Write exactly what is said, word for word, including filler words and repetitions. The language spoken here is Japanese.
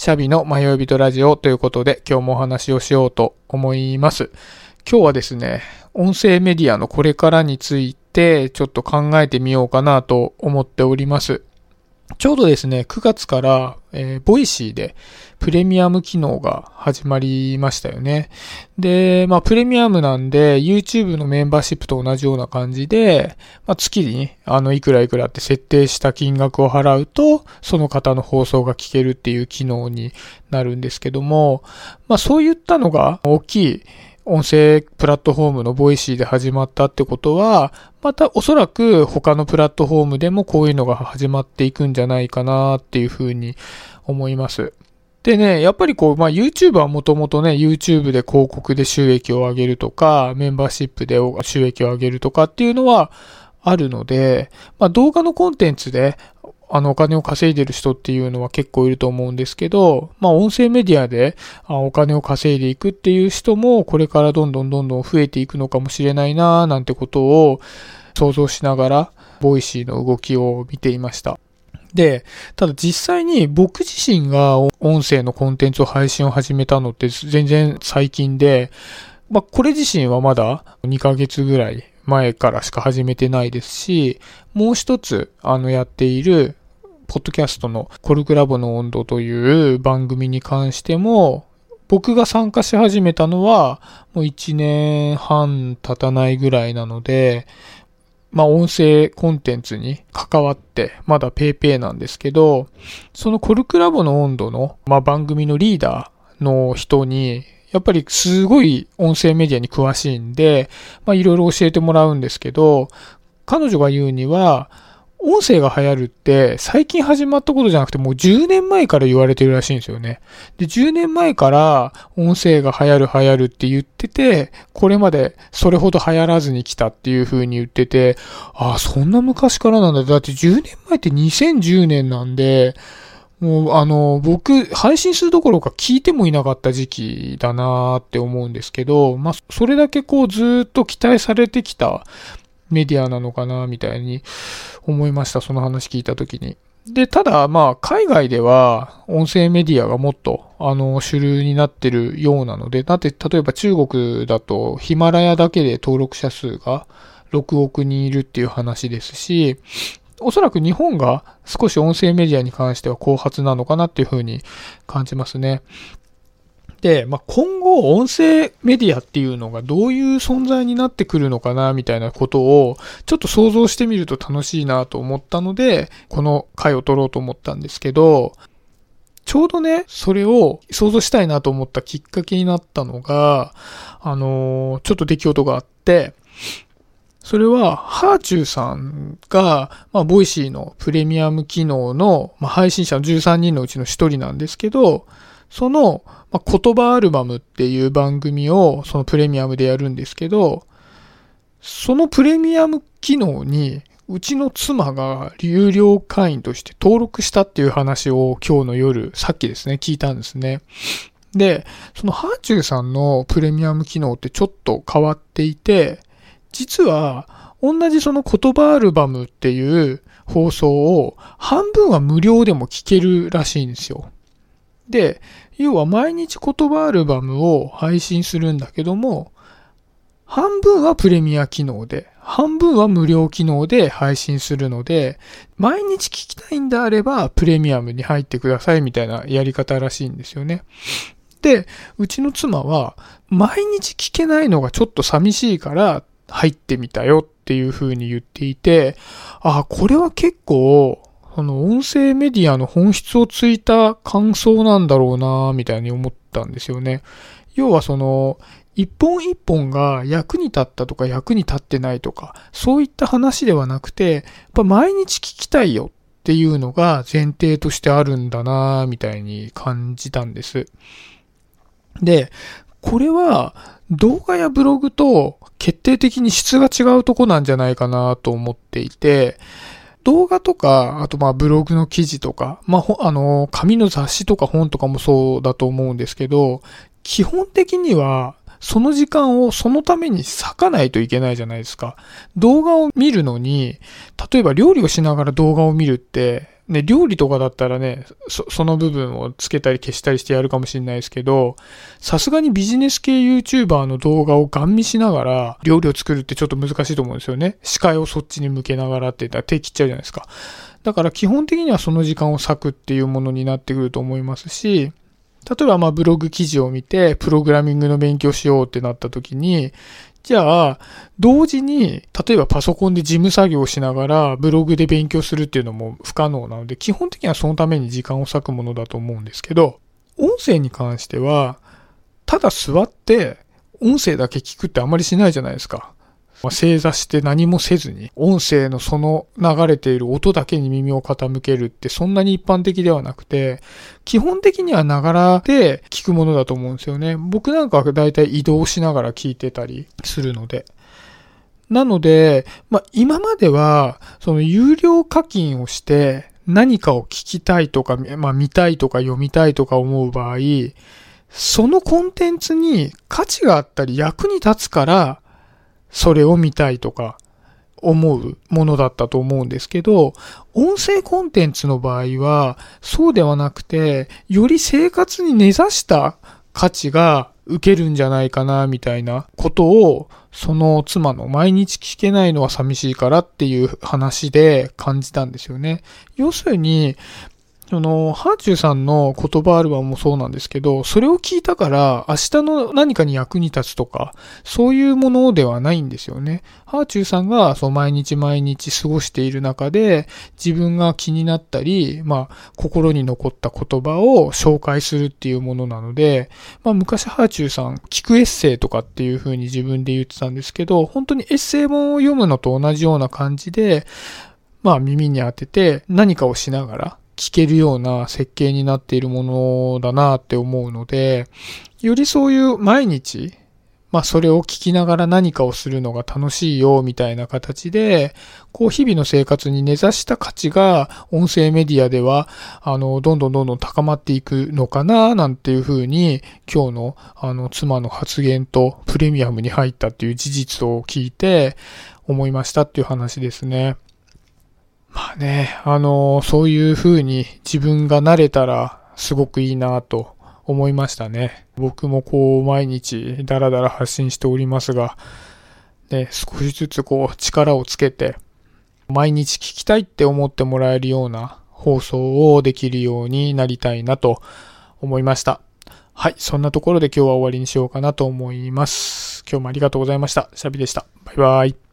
シャビの迷い人ラジオということで今日もお話をしようと思います。今日はですね、音声メディアのこれからについてちょっと考えてみようかなと思っております。ちょうどですね、くがつから、えー、ボイシーでプレミアム機能が始まりましたよね。で、まあプレミアムなんで YouTube のメンバーシップと同じような感じで、まあ、月にあのいくらいくらって設定した金額を払うとその方の放送が聞けるっていう機能になるんですけども、まあそういったのが大きい音声プラットフォームのボイシーで始まったってことは、またおそらく他のプラットフォームでもこういうのが始まっていくんじゃないかなっていうふうに思います。でね、やっぱりこう、まあ YouTube はもともとね、YouTube で広告で収益を上げるとか、メンバーシップで収益を上げるとかっていうのはあるので、まあ動画のコンテンツであのお金を稼いでる人っていうのは結構いると思うんですけど、まあ音声メディアでお金を稼いでいくっていう人もこれからどんどんどんどん増えていくのかもしれないななんてことを想像しながらボイシーの動きを見ていました。で、ただ実際に僕自身が音声のコンテンツを配信を始めたのって全然最近で、まあこれ自身はまだにかげつぐらい前からしか始めてないですし、もう一つあのやっているポッドキャストのコルクラボの温度という番組に関しても、僕が参加し始めたのはもういちねんはん経たないぐらいなので、まあ音声コンテンツに関わってまだペーペーなんですけど、そのコルクラボの温度の、まあ、番組のリーダーの人にやっぱりすごい音声メディアに詳しいんで、まあいろいろ教えてもらうんですけど、彼女が言うには、音声が流行るって最近始まったことじゃなくてもうじゅうねんまえから言われてるらしいんですよね。で、じゅうねんまえから音声が流行る流行るって言ってて、これまでそれほど流行らずに来たっていう風に言ってて、ああ、そんな昔からなんだ。だってじゅうねんまえってにせんじゅうねんなんで、もうあの、僕、配信するどころか聞いてもいなかった時期だなーって思うんですけど、まあ、それだけこうずーっと期待されてきたメディアなのかなみたいに思いました。その話聞いたときに。で、ただまあ、海外では音声メディアがもっとあの、主流になってるようなので、だって例えば中国だとヒマラヤだけで登録者数がろくおくにんいるっていう話ですし、おそらく日本が少し音声メディアに関しては後発なのかなっていうふうに感じますね。で、まあ、今後音声メディアっていうのがどういう存在になってくるのかなみたいなことをちょっと想像してみると楽しいなと思ったので、この回を取ろうと思ったんですけど、ちょうどね、それを想像したいなと思ったきっかけになったのが、あのー、ちょっと出来事があって、それは、ハーチューさんが、まあ、ボイシーのプレミアム機能の、まあ、配信者のじゅうさんにんのうちのひとりなんですけど、その、まあ、言葉アルバムっていう番組を、そのプレミアムでやるんですけど、そのプレミアム機能に、うちの妻が有料会員として登録したっていう話を今日の夜、さっきですね、聞いたんですね。で、そのハーチューさんのプレミアム機能ってちょっと変わっていて、実は同じその言葉アルバムっていう放送を半分は無料でも聞けるらしいんですよ。で、要は毎日言葉アルバムを配信するんだけども、半分はプレミア機能で、半分は無料機能で配信するので、毎日聞きたいんであればプレミアムに入ってくださいみたいなやり方らしいんですよね。で、うちの妻は毎日聞けないのがちょっと寂しいから入ってみたよっていう風に言っていて、あ、これは結構その音声メディアの本質をついた感想なんだろうなみたいに思ったんですよね。要はその一本一本が役に立ったとか役に立ってないとかそういった話ではなくて、やっぱ毎日聞きたいよっていうのが前提としてあるんだなみたいに感じたんです。で、これは動画やブログと決定的に質が違うとこなんじゃないかなと思っていて、動画とか、あとまあブログの記事とか、まあ、あの、紙の雑誌とか本とかもそうだと思うんですけど、基本的にはその時間をそのために割かないといけないじゃないですか。動画を見るのに、例えば料理をしながら動画を見るって、 ね、料理とかだったらね、そ、その部分をつけたり消したりしてやるかもしれないですけど、さすがにビジネス系 YouTuber の動画をガン見しながら料理を作るってちょっと難しいと思うんですよね。視界をそっちに向けながらって言ったら手切っちゃうじゃないですか。だから基本的にはその時間を割くっていうものになってくると思いますし、例えばまあブログ記事を見てプログラミングの勉強しようってなった時に、じゃあ同時に例えばパソコンで事務作業をしながらブログで勉強するっていうのも不可能なので、基本的にはそのために時間を割くものだと思うんですけど、音声に関してはただ座って音声だけ聞くってあんまりしないじゃないですか。正座して何もせずに音声のその流れている音だけに耳を傾けるってそんなに一般的ではなくて、基本的にはながらで聞くものだと思うんですよね。僕なんかはだいたい移動しながら聞いてたりするので。なので、まあ今まではその有料課金をして何かを聞きたいとか、まあ見たいとか読みたいとか思う場合、そのコンテンツに価値があったり役に立つからそれを見たいとか思うものだったと思うんですけど、音声コンテンツの場合はそうではなくて、より生活に根ざした価値が受けるんじゃないかなみたいなことを、その妻の毎日聞けないのは寂しいからっていう話で感じたんですよね。要するにその、ハーチューさんの言葉アルバムもそうなんですけど、それを聞いたから明日の何かに役に立つとか、そういうものではないんですよね。ハーチューさんがそう毎日毎日過ごしている中で、自分が気になったり、まあ、心に残った言葉を紹介するっていうものなので、まあ、昔ハーチューさん、聞くエッセイとかっていう風に自分で言ってたんですけど、本当にエッセイ本を読むのと同じような感じで、まあ、耳に当てて何かをしながら、聞けるような設計になっているものだなって思うので、よりそういう毎日、まあそれを聞きながら何かをするのが楽しいよみたいな形で、こう日々の生活に根ざした価値が音声メディアでは、あの、どんどんどんどん高まっていくのかななんていうふうに、今日のあの妻の発言とプレミアムに入ったっていう事実を聞いて思いましたっていう話ですね。まあね、あの、そういう風に自分が慣れたらすごくいいなと思いましたね。僕もこう毎日ダラダラ発信しておりますが、ね、少しずつこう力をつけて毎日聞きたいって思ってもらえるような放送をできるようになりたいなと思いました。はい、そんなところで今日は終わりにしようかなと思います。今日もありがとうございました。シャビでした。バイバイ。